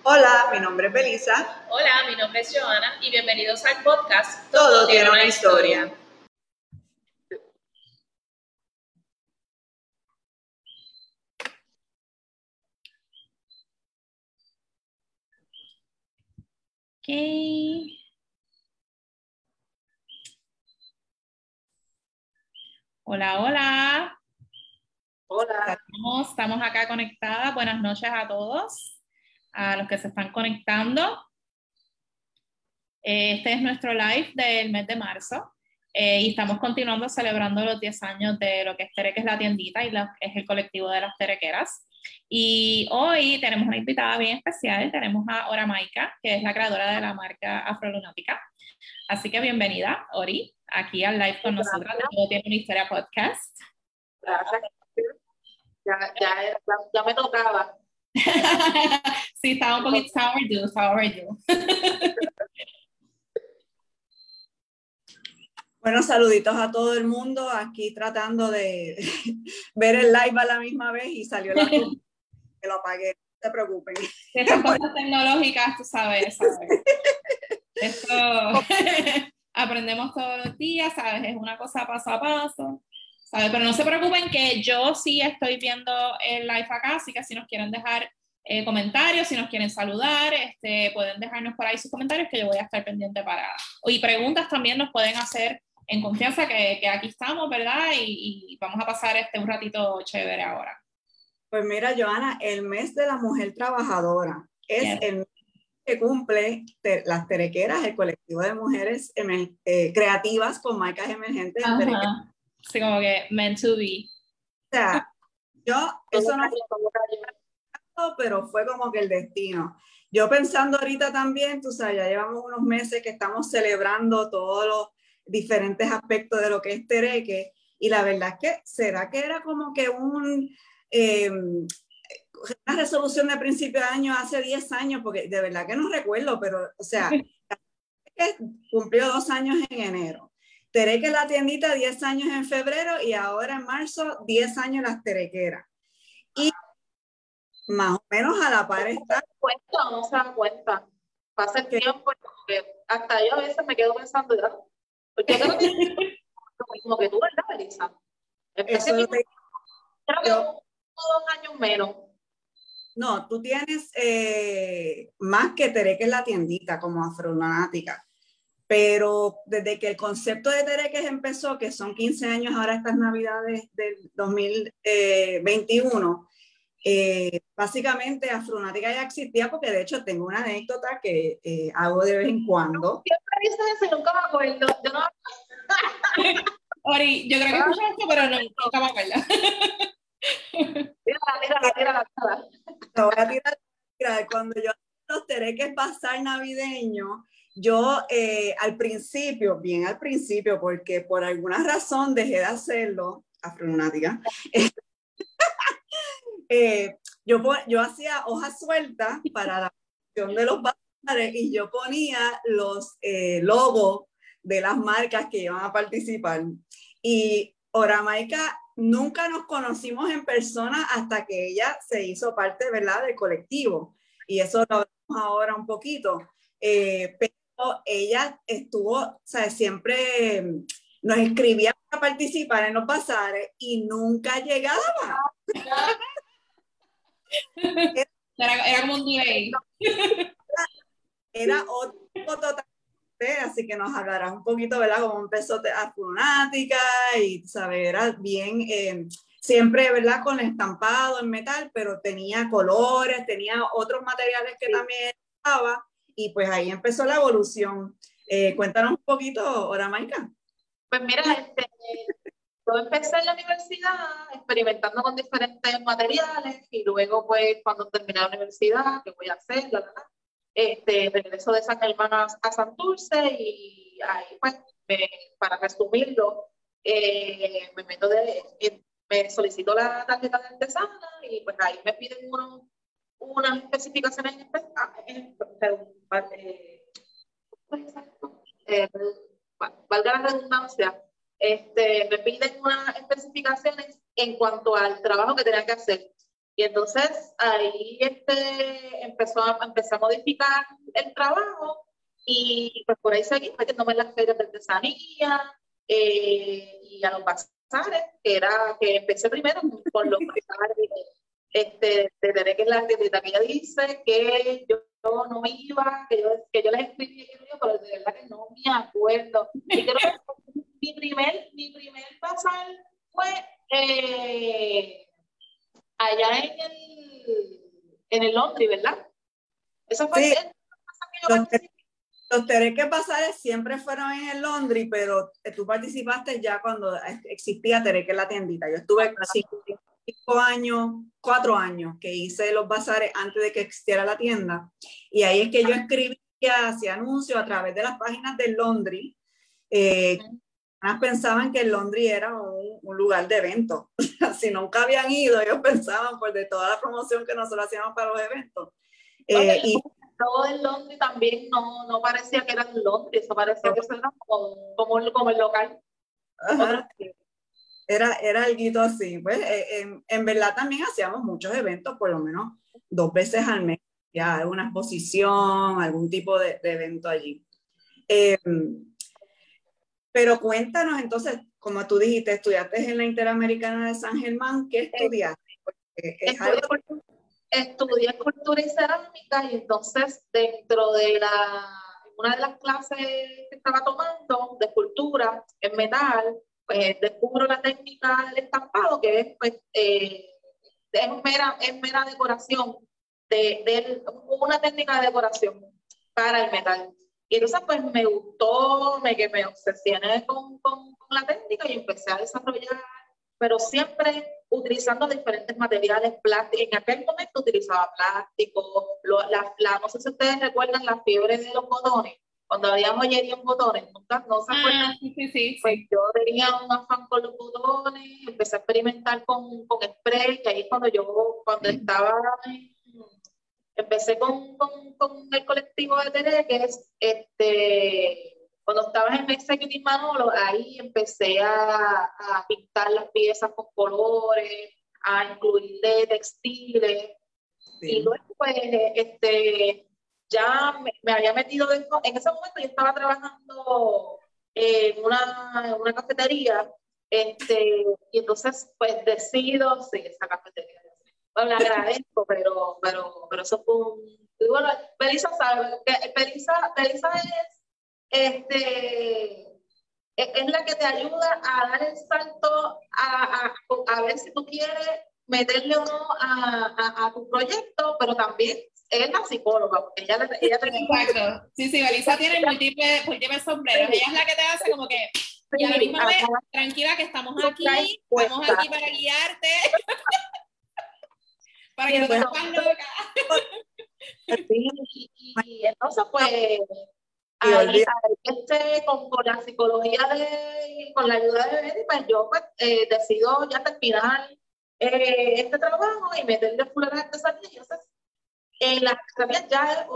Hola, mi nombre es Belisa. Hola, mi nombre es Joana y bienvenidos al podcast Todo tiene una historia. Okay. Hola, hola. Hola. Estamos acá conectadas. Buenas noches a todos, a los que se están conectando. Este es nuestro live del mes de marzo y estamos continuando celebrando los 10 años de lo que es Tere, que es la tiendita, y es el colectivo de las terequeras. Y hoy tenemos una invitada bien especial. Tenemos a Ora Maika, que es la creadora de la marca Afrolunática. Así que bienvenida, Ori, aquí al live con nosotras de Todo Tiene una Historia podcast. Gracias. Ya me tocaba. Sí, estaba un poquito overdue. Bueno, saluditos a todo el mundo. Aquí tratando de ver el live a la misma vez y salió la cosa que lo apagué. No se preocupen. Estas cosas tecnológicas, tú sabes. Esto aprendemos todos los días, ¿sabes? Es una cosa paso a paso, ¿sabes? Pero no se preocupen que yo sí estoy viendo el live acá, así que si nos quieren dejar comentarios, si nos quieren saludar, pueden dejarnos por ahí sus comentarios, que yo voy a estar pendiente y preguntas también nos pueden hacer en confianza, que aquí estamos, ¿verdad? Y vamos a pasar un ratito chévere ahora. Pues mira, Joana, el mes de la mujer trabajadora es el mes que cumple las terequeras, el colectivo de mujeres creativas con marcas emergentes en terequeras. Sí, como que meant to be. O sea, eso no fue, pero fue como que el destino. Yo pensando ahorita también, tú sabes, ya llevamos unos meses que estamos celebrando todos los diferentes aspectos de lo que es Tereque, y la verdad es que, ¿será que era como que una resolución de principio de año hace 10 años? Porque de verdad que no recuerdo, pero, o sea, cumplió 2 años en enero. Tereque la tiendita, 10 años en febrero, y ahora en marzo, 10 años las terequeras. Y más o menos a la par está. No se dan cuenta. Pasa el tiempo, hasta yo a veces me quedo pensando, ya, pues yo creo que lo mismo que tú, ¿verdad, Melissa? Eso Creo que 2 años menos. No, tú tienes más que Tereque en la tiendita como Afrolunática, pero desde que el concepto de Tereques empezó, que son 15 años ahora estas navidades del 2021, básicamente Afrolunática ya existía, porque de hecho tengo una anécdota que hago de vez en cuando. Siempre dices eso y nunca me acuerdo. Yo no... Ori, yo creo que escuché esto, pero nunca me acuerdo. Tírala. Te voy a tirar. Cuando yo los tereques pasar navideño, yo al principio, bien al principio, porque por alguna razón dejé de hacerlo, Afrolunática, yo hacía hojas sueltas para la función de los bazares, y yo ponía los logos de las marcas que iban a participar. Y Oramaica nunca nos conocimos en persona hasta que ella se hizo parte, ¿verdad?, del colectivo. Y eso lo vemos ahora un poquito. Pero ella estuvo, o sea, siempre nos escribía para participar en los bazares y nunca llegaba. Era como un delay. Era otro totalmente, así que nos hablarás un poquito, ¿verdad?, cómo empezó Afrolunática, y, ¿sabes? Era bien, siempre, ¿verdad?, con estampado en metal, pero tenía colores, tenía otros materiales que también estaba, y pues ahí empezó la evolución. Cuéntanos un poquito, Oramaica. Pues mira, yo empecé en la universidad experimentando con diferentes materiales, y luego, pues, cuando terminé la universidad, ¿qué voy a hacer? Regreso de San Germán a Santurce, y ahí, pues, para resumirlo, me solicito la tarjeta de artesana, y pues ahí me piden unas especificaciones valga la redundancia, me piden unas especificaciones en cuanto al trabajo que tenía que hacer. Y entonces ahí empecé a modificar el trabajo y pues por ahí seguí metiéndome en las ferias de artesanía y a los bazares, que empecé primero con los bazares de tener que la tiendita que ella dice que yo no iba, que yo les escribí que no iba, pero de verdad que no me acuerdo. Y creo que mi primer bazar fue allá en el Londres, ¿verdad? Eso fue Sí, el bazar que yo los, participé. los Tereques Bazares siempre fueron en el Londres, pero tú participaste ya cuando existía Tereque la tiendita. Yo estuve 5 años, 4 años que hice los bazares antes de que existiera la tienda. Y ahí es que yo escribía, hacía anuncios a través de las páginas del Londres. Pensaban que el Londres era un lugar de eventos. Si nunca habían ido, ellos pensaban pues de toda la promoción que nosotros hacíamos para los eventos. Y todo el Londres también no parecía que era el Londres, eso parecía que eso era como el local. Ajá. Era algo así. Pues, en verdad también hacíamos muchos eventos, por lo menos 2 veces al mes, ya alguna exposición, algún tipo de evento allí. Pero cuéntanos entonces, como tú dijiste, estudiaste en la Interamericana de San Germán, ¿qué estudiaste? Estudié escultura y cerámica y entonces dentro de una de las clases que estaba tomando de escultura en metal, pues descubro la técnica del estampado, que es, pues, es mera decoración, una técnica de decoración para el metal. Y entonces pues me gustó, que me obsesioné con la técnica y empecé a desarrollar, pero siempre utilizando diferentes materiales plásticos. En aquel momento utilizaba plástico, no sé si ustedes recuerdan la fiebre de los botones, cuando había joyería en botones, ¿no se acuerdan? Sí. Pues yo tenía un afán con los botones, empecé a experimentar con spray, que ahí cuando estaba empecé con el colectivo de Tereques, cuando estaba en Executive Manolo, ahí empecé a pintar las piezas con colores, a incluirle textiles, sí. Y luego pues ya me había metido dentro. En ese momento yo estaba trabajando en una cafetería, y entonces pues decido, sí, esa cafetería. Bueno, le agradezco, pero eso fue un... Y bueno, Belisa sabe que Belisa es la que te ayuda a dar el salto a ver si tú quieres meterle o no a tu proyecto, pero también es la psicóloga, porque ella te... Exacto. Sí, Belisa tiene múltiples sombreros. Ella es la que te hace como que, y a la misma vez, tranquila que estamos aquí para guiarte. Para que no te pongas loca. Y entonces, pues, con la psicología con la ayuda de Betty, pues yo pues, decido ya terminar este trabajo y meterle full a la artesanía. Y entonces, en la artesanía ya es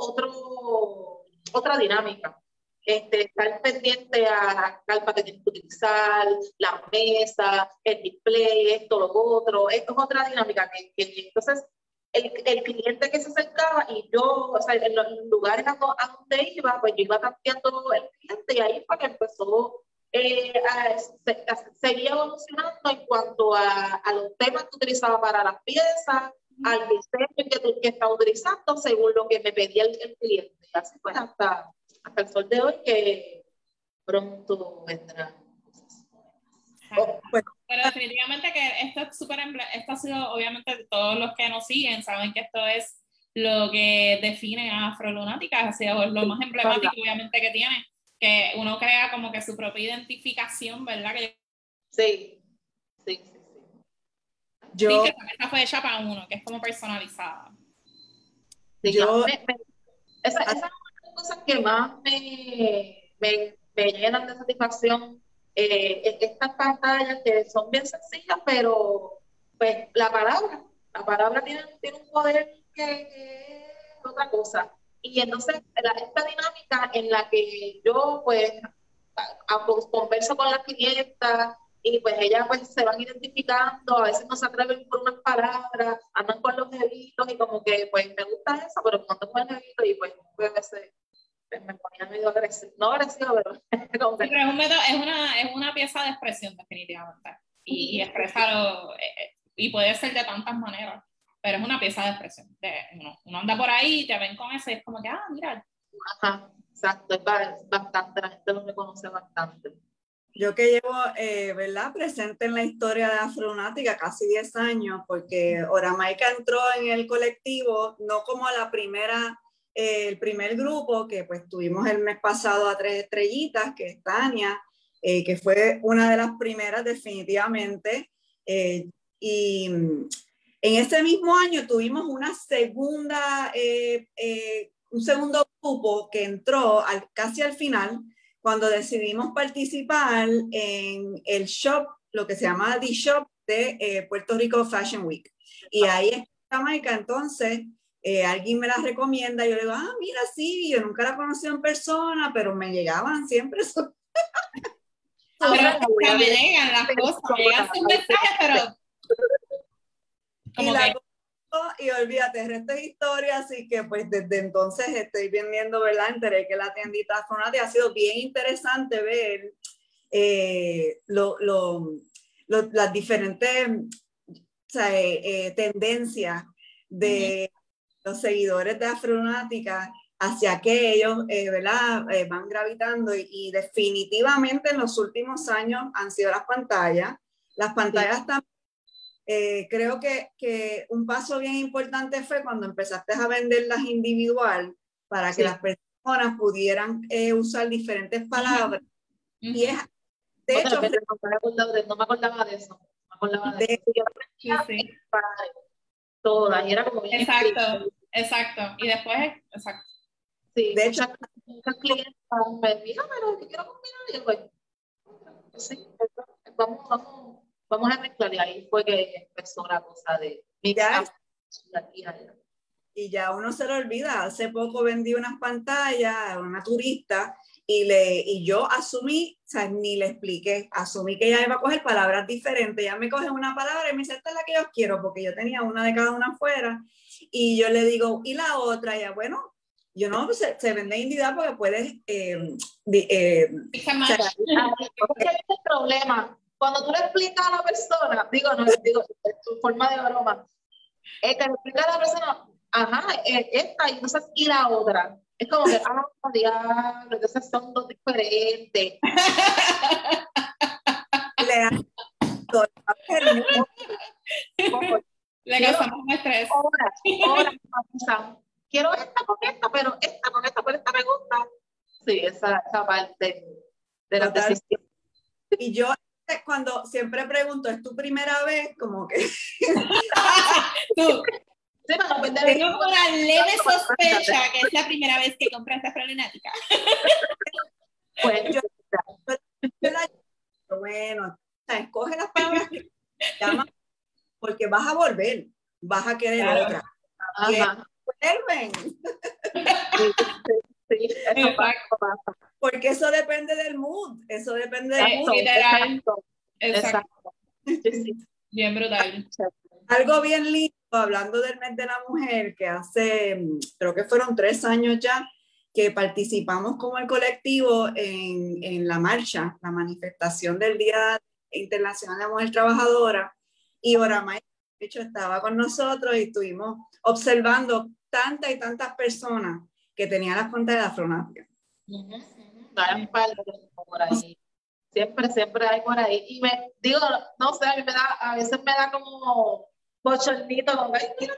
otra dinámica. Estar pendiente a la carpa que tienes que utilizar, la mesa, el display, esto, lo otro, esto es otra dinámica entonces el cliente que se acercaba y yo, o sea, en los lugares a donde iba, pues yo iba cambiando el cliente y ahí fue que empezó seguía evolucionando en cuanto a los temas que utilizaba para las piezas, al diseño que estaba utilizando según lo que me pedía el cliente. Y así fue hasta el sol de hoy, que pronto vendrán cosas nuevas. Pero definitivamente que esto ha sido, obviamente, todos los que nos siguen saben que esto es lo que define a Afrolunática, ha sido lo más emblemático, obviamente, que tiene, que uno crea como que su propia identificación, ¿verdad? Sí. Yo, esta fue hecha para uno, que es como personalizada. Sí, esa es una de las cosas que más me llenan de satisfacción. Estas pantallas que son bien sencillas, pero pues la palabra tiene un poder que es otra cosa. Y entonces esta dinámica en la que yo pues converso con las clientas, y pues ellas pues se van identificando, a veces no se atreven por unas palabras, andan con los jevitos y como que pues me gusta eso, pero cuando con el jevito y pues a veces pues, me ponía medio agresivo, no agresivo, pero como que... Sí, pero es un método, es una pieza de expresión definitivamente, y expresarlo, y puede ser de tantas maneras, pero es una pieza de expresión, uno anda por ahí y te ven con eso y es como que, mira. Ajá, exacto, es bastante, la gente lo reconoce bastante. Yo que llevo, ¿verdad?, presente en la historia de Afronáutica casi 10 años, porque Oramaica entró en el colectivo, no como la primera, el primer grupo, que pues tuvimos el mes pasado a 3 estrellitas, que es Tania, que fue una de las primeras definitivamente, y en ese mismo año tuvimos una segunda, un segundo grupo que entró casi al final, cuando decidimos participar en el shop, lo que se llama The Shop de Puerto Rico Fashion Week. Y ahí está Jamaica, entonces alguien me la recomienda, yo le digo, mira, sí, yo nunca la conocí en persona, pero me llegaban siempre Ahora me llegan las cosas, me llegan sus mensajes, pero como y la y olvídate, el resto es historia, así que pues desde entonces estoy vendiendo, ¿verdad? Enteré que la tiendita Afronáutica ha sido bien interesante ver las diferentes, o sea, tendencias de los seguidores de Afronáutica hacia que ellos, ¿verdad? Van gravitando y definitivamente en los últimos años han sido las pantallas. Las pantallas también. Creo que un paso bien importante fue cuando empezaste a venderlas individual para que las personas pudieran usar diferentes palabras. Y es, de hecho, no me acordaba de eso. Todas, y era como bien exacto. Y después, exacto. Sí, de hecho, muchas clientes me dijeron, pero yo quiero combinar, y yo, pues, sí, vamos a mezclar, y ahí fue que empezó la cosa de y ya uno se lo olvida. Hace poco vendí unas pantallas a una turista y yo asumí, o sea, ni le expliqué, asumí que ella iba a coger palabras diferentes. Ella me coge una palabra y me dice, esta es la que yo quiero, porque yo tenía una de cada una afuera. Y yo le digo, ¿y la otra? Y ella, bueno, yo no, pues, se vende individual porque puedes... porque el problema, cuando tú le explicas a la persona, digo, tu forma de broma, es que le explicas a la persona, esta, y entonces, y la otra. Es como que, diablo, entonces son dos diferentes. Le causamos un estrés. Ahora, quiero esta con esta, pero esta me gusta. Sí, esa parte de la decisión. Y yo cuando siempre pregunto, ¿es tu primera vez? Como que... Tú. Tengo una leve sospecha que es la primera vez que compraste Afronáutica. Pues bueno, escoge las palabras que llaman, porque vas a volver, vas a querer otra. Vuelven. Sí, eso pasa. Porque eso depende del mood, eso depende del mood. Exacto. Sí. Bien brutal. Algo bien lindo, hablando del mes de la mujer, que hace, creo que fueron 3 años ya, que participamos como el colectivo en la marcha, la manifestación del Día Internacional de la Mujer Trabajadora, y Oramay, de hecho, estaba con nosotros y estuvimos observando tantas y tantas personas que tenían las cuentas de la Afronáutica. Hay por ahí. Siempre hay por ahí. Y me digo, no sé, a veces me da como bochornito, como, ay, mira,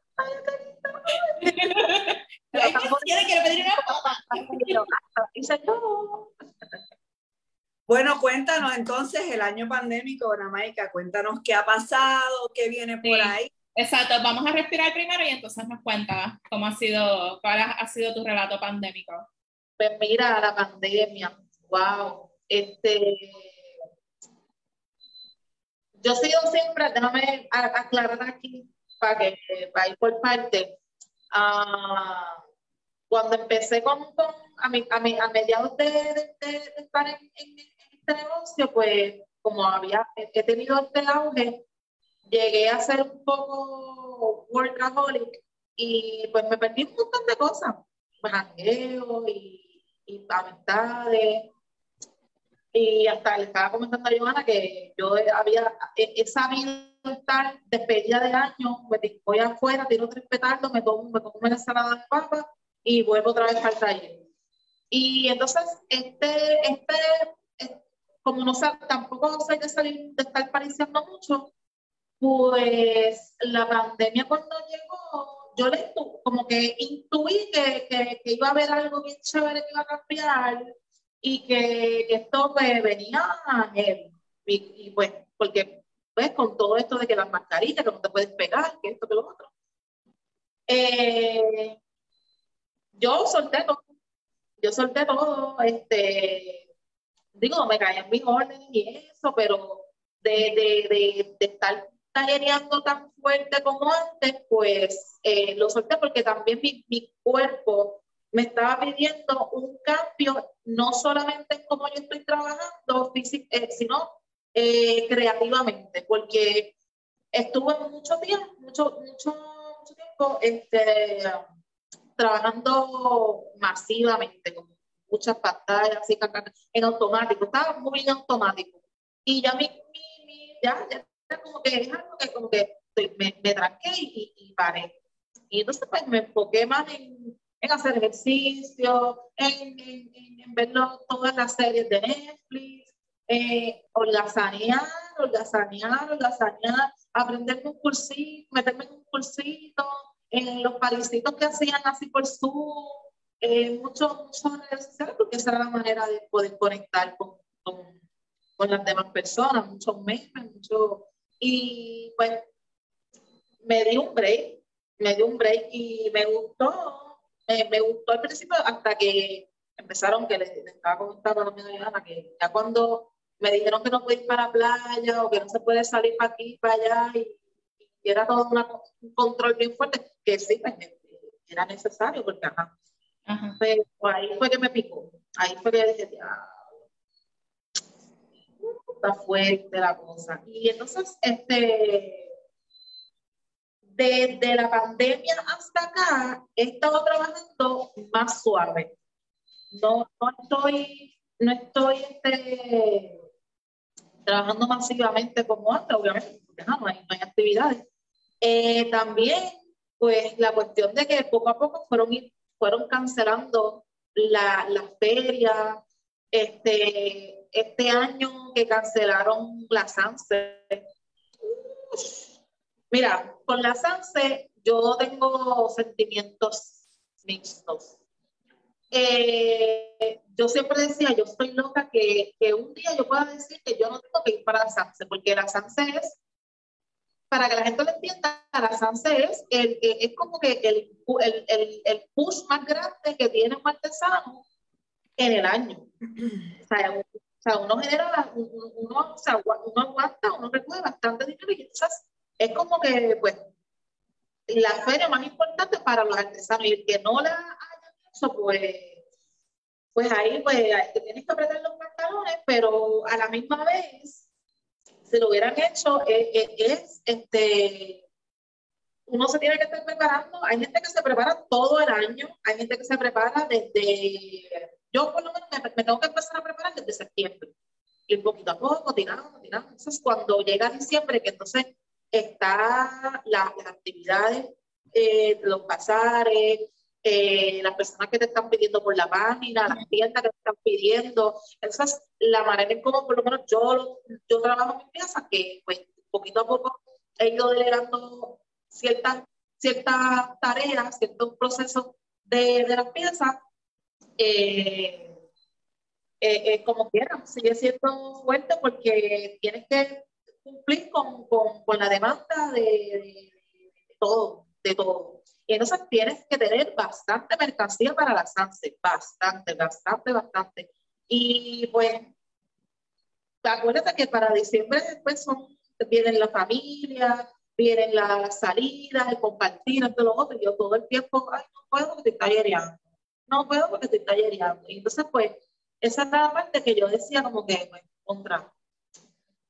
quiero pedir una foto. Bueno, cuéntanos entonces el año pandémico, Oramaica, cuéntanos qué ha pasado, qué viene por ahí. Exacto, vamos a respirar primero y entonces nos cuentas cómo cuál ha sido tu relato pandémico. Pues mira, la pandemia, wow, yo he sido siempre, déjame aclarar aquí para ir por parte. Cuando empecé a mediados de estar en este negocio, pues como he tenido este auge, llegué a ser un poco workaholic y pues me perdí un montón de cosas, jangueo y amistades. Y hasta le estaba comentando a Johanna que yo he sabido estar despedida de año, pues voy afuera, tiro 3 petardos, me como una ensalada de papa y vuelvo otra vez al taller. Y entonces, como no tampoco soy de estar pariciando mucho, pues la pandemia cuando llegó, yo como que intuí que iba a haber algo bien chévere que iba a cambiar y que esto pues, venía y pues, porque pues con todo esto de que las mascarillas, que no te puedes pegar, que esto, que lo otro. Yo solté todo, digo, me caían mis órdenes y eso, pero de estar tallereando tan fuerte como antes, pues lo solté porque también mi cuerpo me estaba pidiendo un cambio, no solamente en cómo yo estoy trabajando, sino creativamente, porque estuve mucho tiempo trabajando masivamente, con muchas pantallas, así, en automático, estaba muy en automático. Y ya ya como que es algo que como que me tranqué y paré. Y entonces pues me enfoqué más en hacer ejercicio, en ver todas las series de Netflix, holgazanear, aprenderme un cursito, meterme en un cursito, en los parisitos que hacían así por Zoom, muchas redes sociales, porque esa era la manera de poder conectar con las demás personas, muchos memes, y pues me di un break y me gustó al principio hasta que empezaron, que les estaba comentando a la amiga que ya cuando me dijeron que no puedo ir para la playa o que no se puede salir para aquí, para allá y era todo un control bien fuerte, que sí, pues, era necesario porque pero ahí fue que me picó, ahí fue que dije, ya, está fuerte la cosa. Y entonces, desde la pandemia hasta acá, he estado trabajando más suave. No estoy trabajando masivamente como antes, obviamente, porque no hay actividades. También, pues, la cuestión de que poco a poco fueron cancelando las ferias. Este año que cancelaron la Sanse. Mira, con la Sanse yo tengo sentimientos mixtos. Yo siempre decía, yo estoy loca que un día yo pueda decir que yo no tengo que ir para la Sanse, porque la Sanse es, para que la gente lo entienda, la Sanse es como que el push más grande que tiene un artesano en el año. O sea, uno genera, uno aguanta, uno recoge bastante dinero y entonces es como que, pues, la feria más importante para los artesanos y el que no la haya hecho, pues ahí pues te tienes que apretar los pantalones, pero a la misma vez, si lo hubieran hecho, uno se tiene que estar preparando. Hay gente que se prepara todo el año, hay gente que se prepara yo por lo menos me tengo que empezar a preparar desde septiembre. Y poquito a poco, tirando. Entonces, cuando llega diciembre, que entonces están las actividades, los bazares, las personas que te están pidiendo por la página, las tiendas que te están pidiendo. Esa es la manera en cómo, por lo menos, yo trabajo en mi pieza, que pues poquito a poco he ido delegando ciertas tareas, ciertos procesos de las piezas. Como quieran, sigue siendo fuerte porque tienes que cumplir con la demanda de todo. Y entonces tienes que tener bastante mercancía para la Sanse, bastante. Y pues, acuérdate que para diciembre después vienen la familia, vienen las salidas, el compartir, esto, lo otro, y yo todo el tiempo, ay, no puedo porque estoy tallereando. Y entonces, pues, esa es la parte que yo decía como que, pues,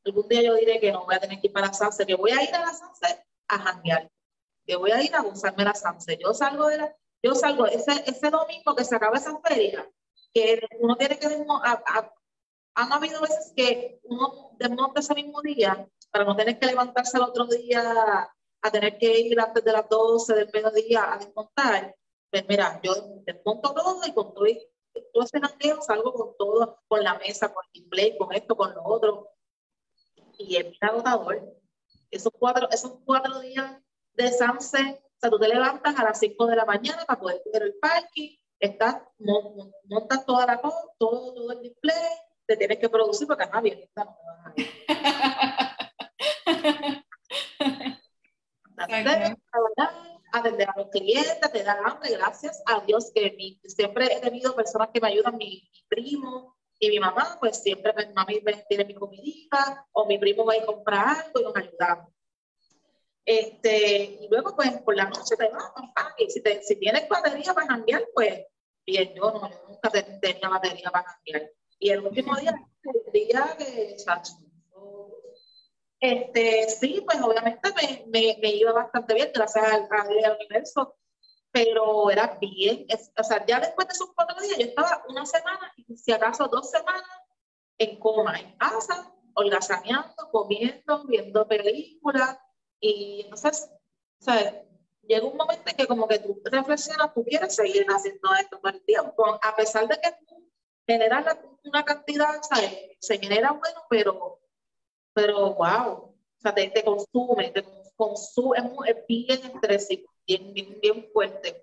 algún día yo diré que no voy a tener que ir para Sunset, que voy a ir a la Sunset a janguear, que voy a ir a gozarme la Sunset. Yo salgo ese domingo que se acaba esa feria, que uno tiene que han habido veces que uno desmonta ese mismo día para no tener que levantarse el otro día a tener que ir antes de las 12 del mediodía a desmontar. Pues mira, yo desmonto todo y con todo ese jangueo salgo con todo, con la mesa, con el display, con esto, con lo otro. Y es bien agotador. Esos cuatro días de Sunset, o sea, tú te levantas a las 5 de la mañana para poder coger el parking, montas todo el display, te tienes que producir porque nada, bien, no te vas a ir. Atender a los clientes, te dan hambre, gracias a Dios que siempre he tenido personas que me ayudan, mi primo y mi mamá, pues siempre mami tiene mi comidita, o mi primo va a ir a comprar algo y nos ayudamos. Y luego pues por la noche te vas, y si tienes batería para janguear, pues bien, yo nunca tenía batería para janguear. Y el último día, el día de chacho, sí, pues obviamente me iba bastante bien, gracias al universo, pero era bien, o sea, ya después de esos 4 días, yo estaba una semana, y si acaso 2 semanas, en coma, en casa, holgazaneando, comiendo, viendo películas, y entonces, o sea, llega un momento en que como que tú reflexionas, tú quieres seguir haciendo esto todo el tiempo, a pesar de que tú generas una cantidad, ¿sabes? Se genera bueno, pero wow, o sea, te consume, es bien estrésico, bien fuerte.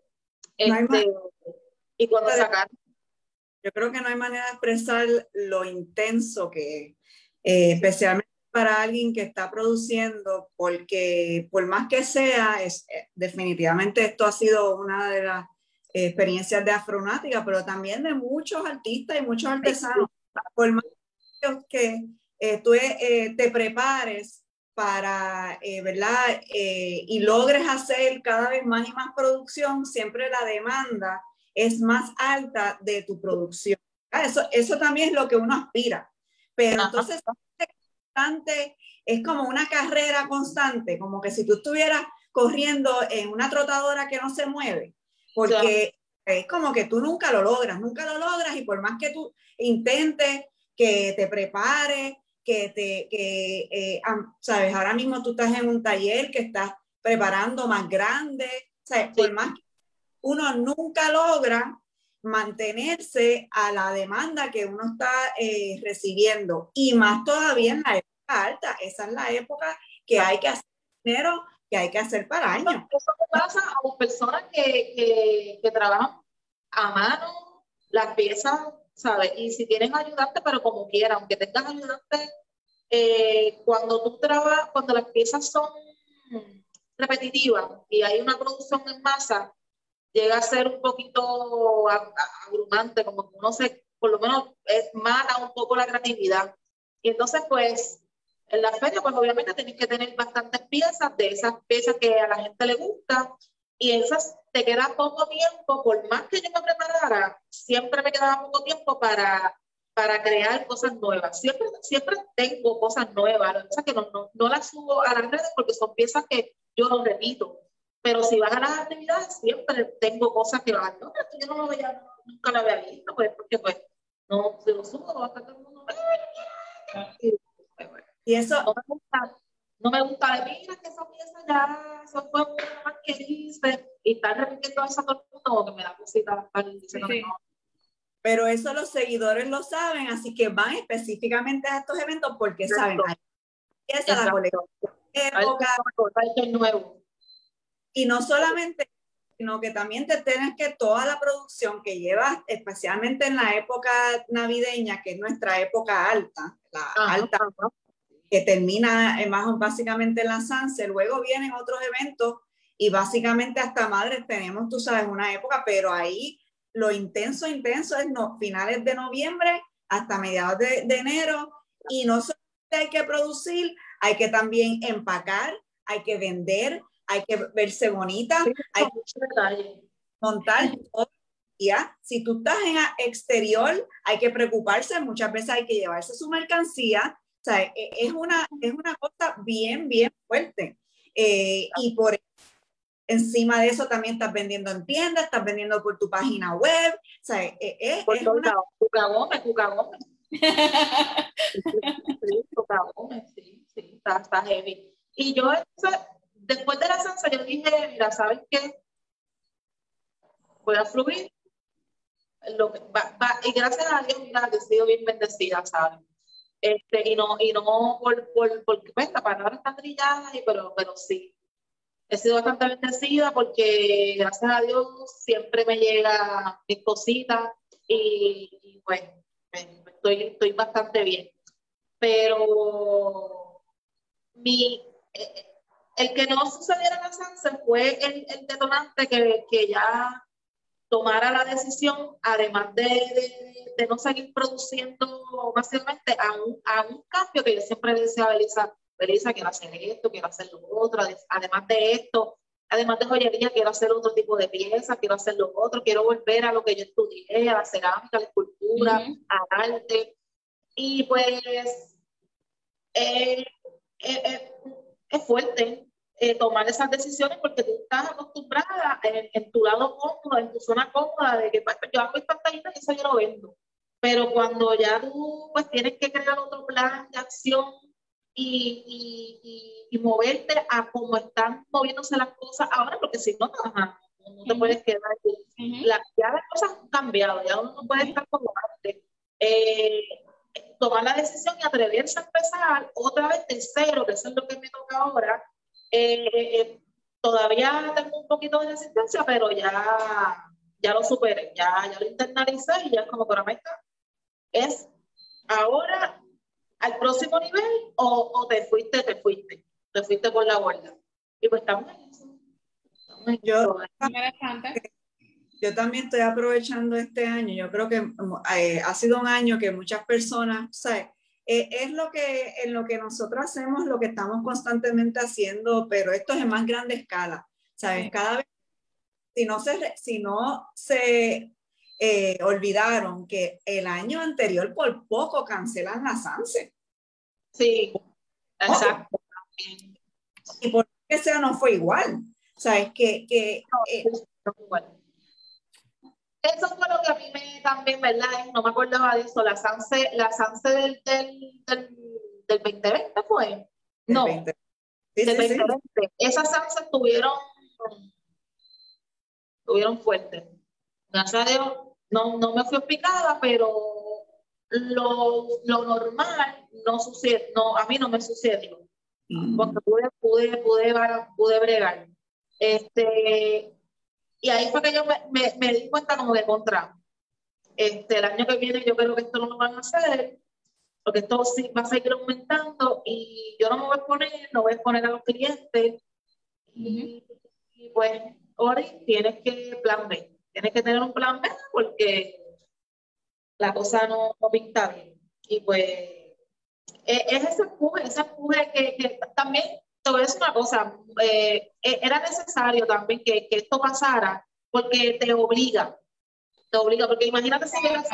Y cuando sacan... Yo creo que no hay manera de expresar lo intenso que es, especialmente para alguien que está produciendo, porque por más que sea, definitivamente esto ha sido una de las experiencias de Afronáutica, pero también de muchos artistas y muchos artesanos. Por más que tú te prepares para, ¿verdad? Y logres hacer cada vez más y más producción, siempre la demanda es más alta de tu producción. Eso también es lo que uno aspira. Pero entonces es como una carrera constante, como que si tú estuvieras corriendo en una trotadora que no se mueve, porque es como que tú nunca lo logras, y por más que tú intentes, que te prepares, sabes, ahora mismo tú estás en un taller que estás preparando más grande, ¿sabes? Por más que uno nunca logra mantenerse a la demanda que uno está recibiendo, y más todavía en la época alta. Esa es la época que hay que hacer dinero, que hay que hacer para años. Eso pasa a las personas que trabajan a mano las piezas, ¿sabes? Y si tienen ayudante, pero como quiera, aunque tengas ayudante, cuando las piezas son repetitivas y hay una producción en masa, llega a ser un poquito abrumante, como que uno por lo menos mata un poco la creatividad. Y entonces, pues, en la feria, pues obviamente tienes que tener bastantes piezas, de esas piezas que a la gente le gusta, y esas te queda poco tiempo, por más que yo me preparara, siempre me quedaba poco tiempo para crear cosas nuevas. Siempre tengo cosas nuevas, lo que pasa es que no las subo a las redes porque son piezas que yo no repito. Pero si van a las actividades, siempre tengo cosas que van, no, esto yo no lo veía, nunca lo había visto, pues, porque pues, no, si lo subo, va a estar todo el mundo. Y eso no me gusta de mira que esa pieza ya, eso fue una más que hice, y estar repitiendo eso a todo el mundo, que me da cosita estar diciendo que no. Pero eso los seguidores lo saben, así que van específicamente a estos eventos porque saben, esa es la colección época, nuevo. Y no solamente, sino que también te tienes que toda la producción que llevas, especialmente en la época navideña, que es nuestra época alta, alta, que termina básicamente en la Sunset, luego vienen otros eventos y básicamente hasta Madres tenemos, tú sabes, una época, pero ahí lo intenso es finales de noviembre hasta mediados de enero, y no solamente hay que producir, hay que también empacar, hay que vender, hay que verse bonita, hay que montar todo el día. Si tú estás en exterior, hay que preocuparse, muchas veces hay que llevarse su mercancía, sea, es una cosa bien, bien fuerte. Y por encima de eso también estás vendiendo en tiendas, estás vendiendo por tu página web. O sea, Por es todos una... lados. Cucagome. Sí, está heavy. Y yo, después de la salsa, yo dije, mira, ¿sabes qué? Voy a fluir. Y gracias a Dios, mira, que he sido bien bendecida, ¿sabes? Y no porque pues, la palabra está trillada, pero sí. He sido bastante bendecida porque gracias a Dios siempre me llega mis cositas y pues estoy bastante bien. Pero el que no sucediera la Sanse fue el detonante que ya tomara la decisión, además de no seguir produciendo masivamente, a un cambio que yo siempre le decía a Belisa, quiero hacer esto, quiero hacer lo otro, además de esto, además de joyería, quiero hacer otro tipo de piezas, quiero hacer lo otro, quiero volver a lo que yo estudié, a la cerámica, a la escultura, al arte. Y pues eh, es fuerte tomar esas decisiones porque tú estás acostumbrada en tu lado cómodo, en tu zona cómoda, de que pues, yo hago esta tajita y eso yo lo vendo. Pero cuando ya tú pues tienes que crear otro plan de acción y moverte a cómo están moviéndose las cosas ahora, porque si no, no te puedes quedar. Ya las cosas han cambiado, ya uno no puede estar como antes. Tomar la decisión y atreverse a empezar otra vez de cero, que eso es lo que me toca ahora. Todavía tengo un poquito de resistencia, pero ya lo superé, ya lo internalicé y ya es como para mí es ahora al próximo nivel o te fuiste por la borda. Y pues estamos en eso. Yo también estoy aprovechando este año. Yo creo que ha sido un año que muchas personas, ¿sabes? Es en lo que nosotros hacemos, lo que estamos constantemente haciendo, pero esto es en más grande escala, ¿sabes? Cada vez, si no se olvidaron que el año anterior por poco cancelan la Sanse. Sí, exacto. Y por que sea no fue igual. ¿Sabes? Eso fue lo que a mí también, ¿verdad? No me acordaba de eso, la Sanse del 2020 fue. No, del 2020. Sí. Esas Sanse estuvieron fuertes. Gracias a Dios, no me fui picada, pero lo normal no sucedió, a mí no me sucedió. Porque pude bregar. Y ahí fue que yo me di cuenta como de contra. El año que viene yo creo que esto no lo van a hacer, porque esto sí va a seguir aumentando y yo no me voy a exponer a los clientes. Y pues, Ori, tienes que tener un plan B porque la cosa no pinta bien. Y pues, es ese empuje que también, te voy a decir una cosa, era necesario también que esto pasara porque te obliga, porque imagínate si hubiera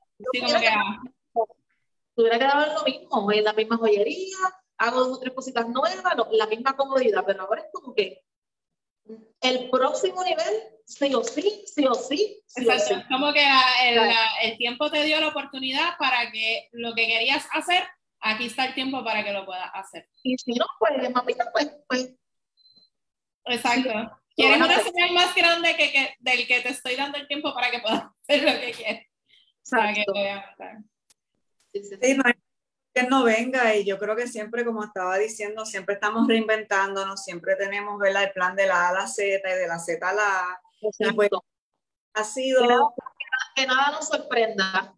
quedado en lo mismo, en la misma joyería, hago 2 o 3 cositas nuevas, la misma comodidad, pero ahora es como que el próximo nivel, sí o sí. Exacto, es como que el tiempo te dio la oportunidad para que lo que querías hacer, aquí está el tiempo para que lo puedas hacer. Y si no, pues, mamita, pues. Exacto. Sí, ¿quieres una señal más grande del que te estoy dando el tiempo para que puedas hacer lo que quieres? Exacto. Sí, no hay que no venga, y yo creo que siempre, como estaba diciendo, siempre estamos reinventándonos, siempre tenemos, ¿verdad?, el plan de la A a la Z y de la Z a la A. Y pues ha sido... Que nada nos sorprenda.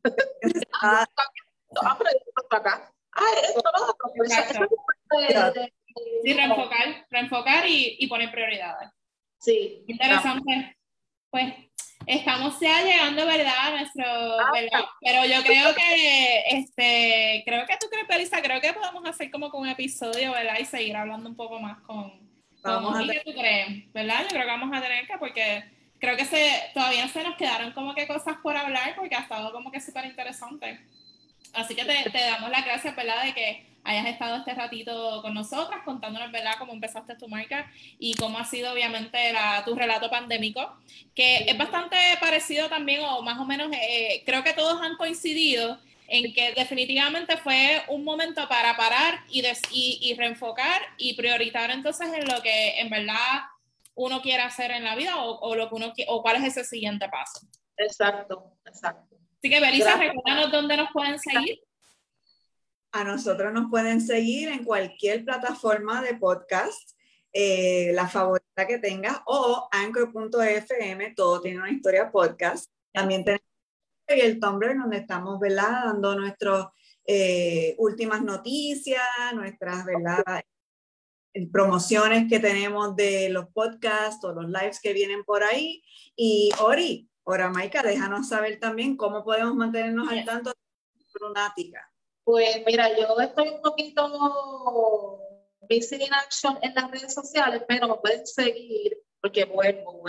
Sí, reenfocar y poner prioridades. Sí. Interesante. Pues estamos ya llegando, ¿verdad? A nuestro, ¿verdad? Pero yo creo que, creo que tú crees, Belisa, creo que podemos hacer como con un episodio, ¿verdad? Y seguir hablando un poco más con ¿qué tú crees? ¿Verdad? Yo creo que vamos a tener que, porque creo que todavía se nos quedaron como que cosas por hablar, porque ha estado como que súper interesante. Así que te damos las gracias, ¿verdad? De que hayas estado este ratito con nosotras, contándonos, ¿verdad?, cómo empezaste tu marca y cómo ha sido, obviamente, tu relato pandémico, que es bastante parecido también, o más o menos, creo que todos han coincidido en que definitivamente fue un momento para parar y reenfocar y priorizar entonces en lo que en verdad uno quiere hacer en la vida o lo que o cuál es ese siguiente paso. Exacto. Así que, Belisa, recuérdanos dónde nos pueden seguir. A nosotros nos pueden seguir en cualquier plataforma de podcast, la favorita que tengas, o anchor.fm, todo tiene una historia podcast. También tenemos el Tumblr, donde estamos, ¿verdad?, dando nuestras últimas noticias, nuestras, ¿verdad?, promociones que tenemos de los podcasts o los lives que vienen por ahí. Y Ora Maika, déjanos saber también cómo podemos mantenernos al tanto de Lunática. Pues mira, yo estoy un poquito busy in action en las redes sociales, pero me pueden seguir porque vuelvo.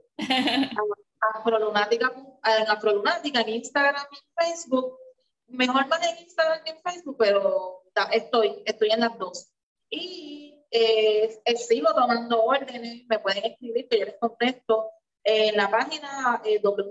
Afrolunática en Instagram y en Facebook. Mejor más en Instagram que en Facebook, pero estoy en las dos. Y sigo tomando órdenes, me pueden escribir que yo les contesto en la página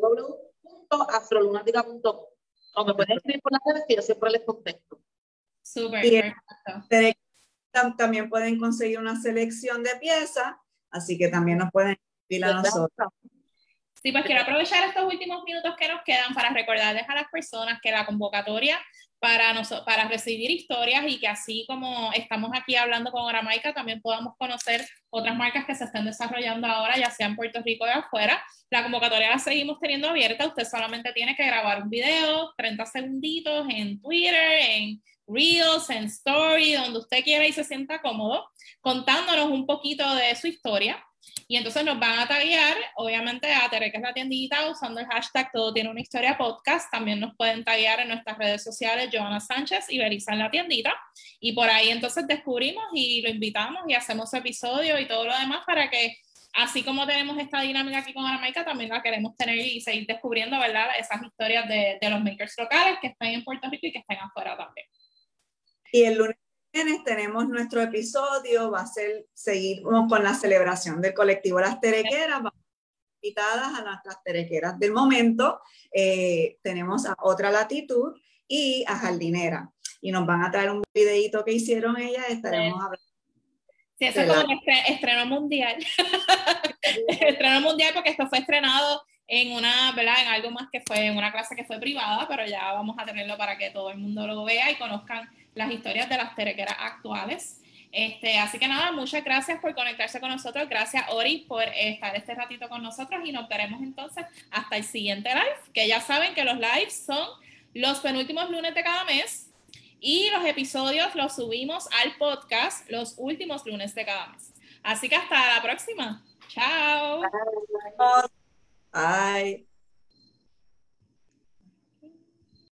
www.afrolunática.com, o me pueden escribir por las redes que yo siempre les contesto. Súper, perfecto. También pueden conseguir una selección de piezas, así que también nos pueden escribir a nosotros. Sí, pues quiero aprovechar estos últimos minutos que nos quedan para recordarles a las personas que la convocatoria para recibir historias y que así como estamos aquí hablando con Ora Maika, también podamos conocer otras marcas que se estén desarrollando ahora, ya sea en Puerto Rico o de afuera. La convocatoria la seguimos teniendo abierta. Usted solamente tiene que grabar un video, 30 segunditos en Twitter, en Reels, en Story, donde usted quiera y se sienta cómodo, contándonos un poquito de su historia. Y entonces nos van a taguear, obviamente, a Tere, que es la tiendita, usando el hashtag Todo Tiene Una Historia Podcast. También nos pueden taguear en nuestras redes sociales, Johanna Sánchez y Belisa en la tiendita. Y por ahí entonces descubrimos y lo invitamos y hacemos episodio y todo lo demás para que, así como tenemos esta dinámica aquí con Ora Maika, también la queremos tener y seguir descubriendo, ¿verdad?, esas historias de los makers locales que están en Puerto Rico y que están afuera también. Y el lunes tenemos nuestro episodio, seguimos con la celebración del colectivo Las Terequeras, vamos invitadas a nuestras terequeras del momento, tenemos a Otra Latitud y a Jardinera, y nos van a traer un videito que hicieron ellas, estaremos hablando. Sí, eso es como un estreno mundial. Estreno mundial porque esto fue estrenado ¿verdad?, en algo más que fue en una clase que fue privada, pero ya vamos a tenerlo para que todo el mundo lo vea y conozcan las historias de las terequeras actuales. Así que nada, muchas gracias por conectarse con nosotros. Gracias, Ori, por estar este ratito con nosotros y nos veremos entonces hasta el siguiente live, que ya saben que los lives son los penúltimos lunes de cada mes y los episodios los subimos al podcast los últimos lunes de cada mes. Así que hasta la próxima. Chao. Bye.